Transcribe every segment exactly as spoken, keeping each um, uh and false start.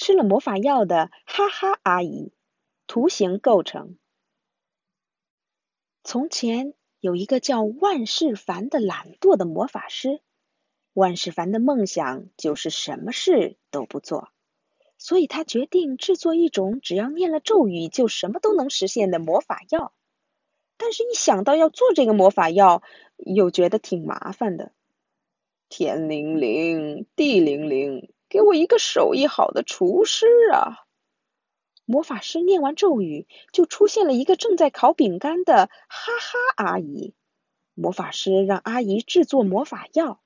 吃了魔法药的哈哈阿姨，图形构成。从前有一个叫万事凡的懒惰的魔法师，万事凡的梦想就是什么事都不做，所以他决定制作一种只要念了咒语就什么都能实现的魔法药。但是一想到要做这个魔法药，又觉得挺麻烦的。天灵灵，地灵灵，给我一个手艺好的厨师啊！魔法师念完咒语，就出现了一个正在烤饼干的哈哈阿姨。魔法师让阿姨制作魔法药。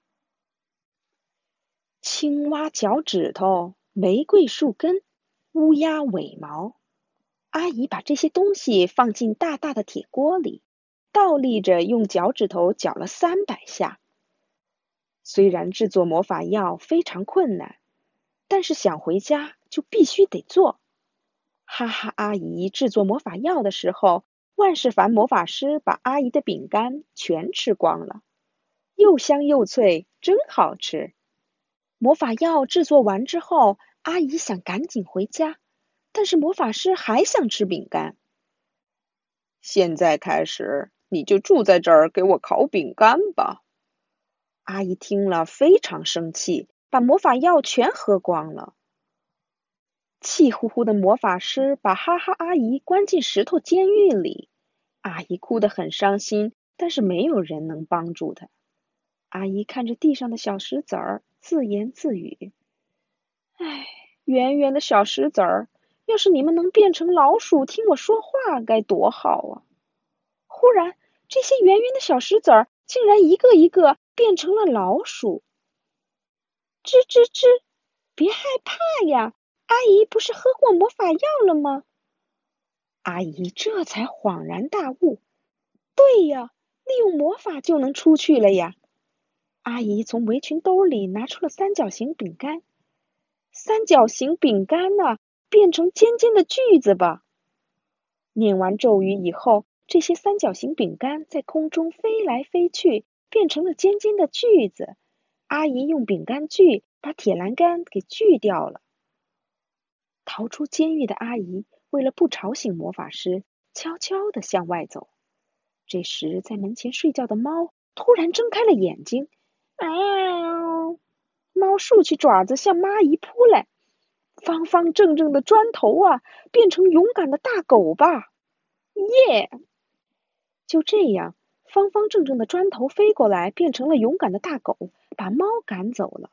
青蛙脚趾头，玫瑰树根，乌鸦尾毛。阿姨把这些东西放进大大的铁锅里，倒立着用脚趾头搅了三百下。虽然制作魔法药非常困难，但是想回家就必须得做。哈哈阿姨制作魔法药的时候，万事凡魔法师把阿姨的饼干全吃光了，又香又脆，真好吃。魔法药制作完之后，阿姨想赶紧回家，但是魔法师还想吃饼干。现在开始，你就住在这儿给我烤饼干吧。阿姨听了非常生气，把魔法药全喝光了。气呼呼的魔法师把哈哈阿姨关进石头监狱里，阿姨哭得很伤心，但是没有人能帮助她。阿姨看着地上的小石子儿，自言自语：唉，圆圆的小石子儿，要是你们能变成老鼠听我说话该多好啊！忽然，这些圆圆的小石子儿竟然一个一个变成了老鼠。吱吱吱，别害怕呀！阿姨不是喝过魔法药了吗？阿姨这才恍然大悟，对呀，利用魔法就能出去了呀！阿姨从围裙兜里拿出了三角形饼干。三角形饼干呢，变成尖尖的锯子吧！念完咒语以后，这些三角形饼干在空中飞来飞去，变成了尖尖的锯子。阿姨用饼干锯把铁栏杆给锯掉了。逃出监狱的阿姨为了不吵醒魔法师，悄悄地向外走。这时，在门前睡觉的猫突然睁开了眼睛，嗷！猫竖起爪子向蚂蚁扑来。方方正正的砖头啊，变成勇敢的大狗吧！耶！就这样，方方正正的砖头飞过来，变成了勇敢的大狗，把猫赶走了。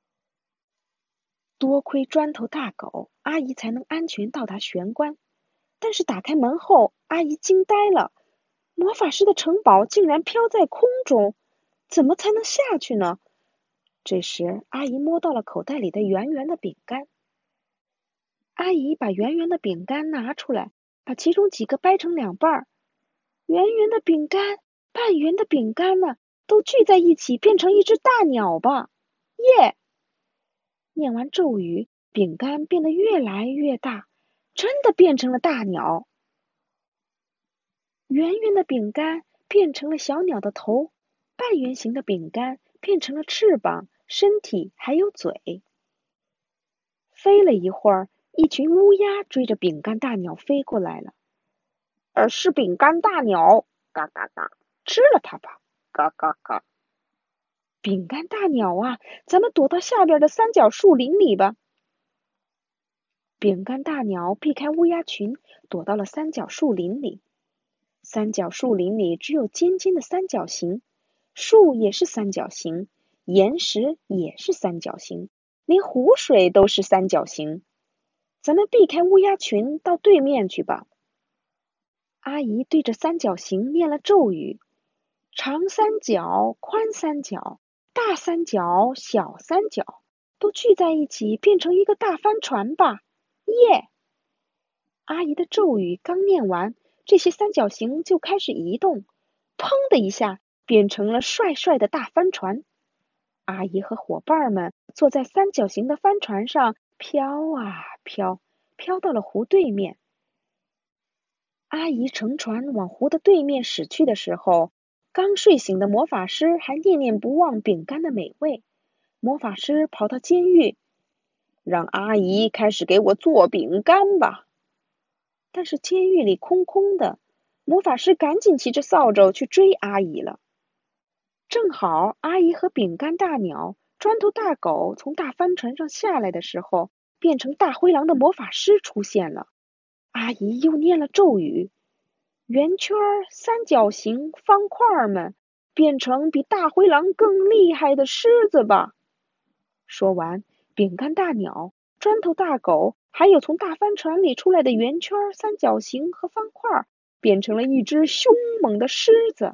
多亏砖头大狗，阿姨才能安全到达玄关。但是打开门后，阿姨惊呆了，魔法师的城堡竟然飘在空中，怎么才能下去呢？这时，阿姨摸到了口袋里的圆圆的饼干。阿姨把圆圆的饼干拿出来，把其中几个掰成两半。圆圆的饼干，半圆的饼干呢，都聚在一起变成一只大鸟吧！耶！念完咒语，饼干变得越来越大，真的变成了大鸟。圆圆的饼干变成了小鸟的头，半圆形的饼干变成了翅膀、身体还有嘴。飞了一会儿，一群乌鸦追着饼干大鸟飞过来了。而是饼干大鸟，嘎嘎嘎，吃了它吧，嘎嘎嘎。饼干大鸟啊，咱们躲到下边的三角树林里吧。饼干大鸟避开乌鸦群，躲到了三角树林里。三角树林里只有尖尖的三角形，树也是三角形，岩石也是三角形，连湖水都是三角形。咱们避开乌鸦群，到对面去吧。阿姨对着三角形念了咒语：长三角、宽三角、大三角、小三角，都聚在一起变成一个大帆船吧！耶！阿姨的咒语刚念完，这些三角形就开始移动，砰的一下变成了帅帅的大帆船。阿姨和伙伴们坐在三角形的帆船上飘啊飘，飘到了湖对面。阿姨乘船往湖的对面驶去的时候，刚睡醒的魔法师还念念不忘饼干的美味。魔法师跑到监狱， 让阿姨开始给我做饼干吧。但是监狱里空空的，魔法师赶紧骑着扫帚去追阿姨了。正好阿姨和饼干大鸟、砖头大狗从大帆船上下来的时候，变成大灰狼的魔法师出现了。阿姨又念了咒语，圆圈、三角形、方块们变成比大灰狼更厉害的狮子吧。说完，饼干大鸟、砖头大狗还有从大帆船里出来的圆圈、三角形和方块变成了一只凶猛的狮子。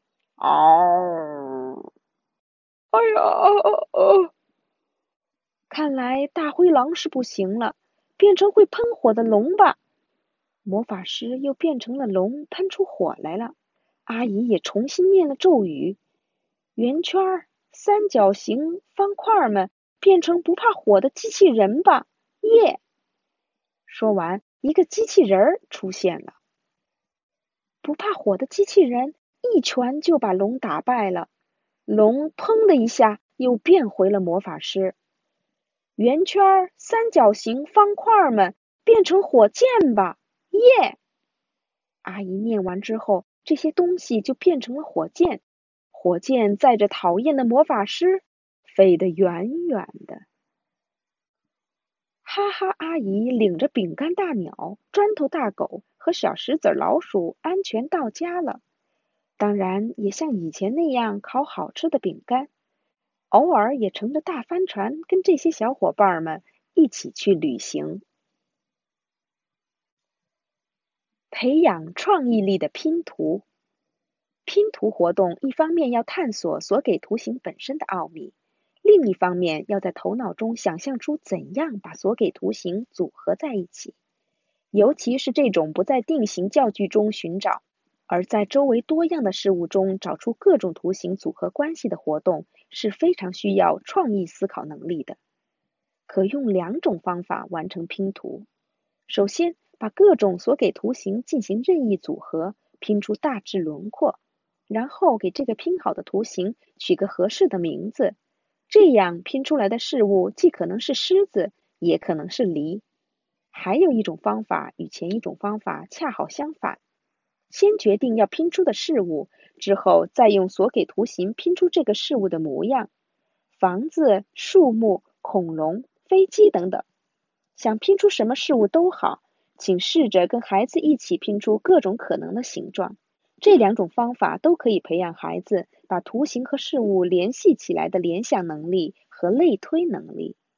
嗷！哎呀，呃，看来大灰狼是不行了，变成会喷火的龙吧。魔法师又变成了龙，喷出火来了。阿姨也重新念了咒语，圆圈、三角形、方块们变成不怕火的机器人吧，耶！说完，一个机器人出现了。不怕火的机器人一拳就把龙打败了，龙砰的一下又变回了魔法师。圆圈、三角形、方块们变成火箭吧，耶！阿姨念完之后，这些东西就变成了火箭。火箭载着讨厌的魔法师飞得远远的。哈哈阿姨领着饼干大鸟、砖头大狗和小石子老鼠安全到家了，当然也像以前那样烤好吃的饼干，偶尔也乘着大帆船跟这些小伙伴们一起去旅行。培养创意力的拼图。拼图活动一方面要探索所给图形本身的奥秘，另一方面要在头脑中想象出怎样把所给图形组合在一起。尤其是这种不在定型教具中寻找，而在周围多样的事物中找出各种图形组合关系的活动，是非常需要创意思考能力的。可用两种方法完成拼图。首先，把各种所给图形进行任意组合，拼出大致轮廓，然后给这个拼好的图形取个合适的名字，这样拼出来的事物既可能是狮子，也可能是梨。还有一种方法与前一种方法恰好相反，先决定要拼出的事物，之后再用所给图形拼出这个事物的模样，房子、树木、恐龙、飞机等等。想拼出什么事物都好，请试着跟孩子一起拼出各种可能的形状。这两种方法都可以培养孩子把图形和事物联系起来的联想能力和类推能力。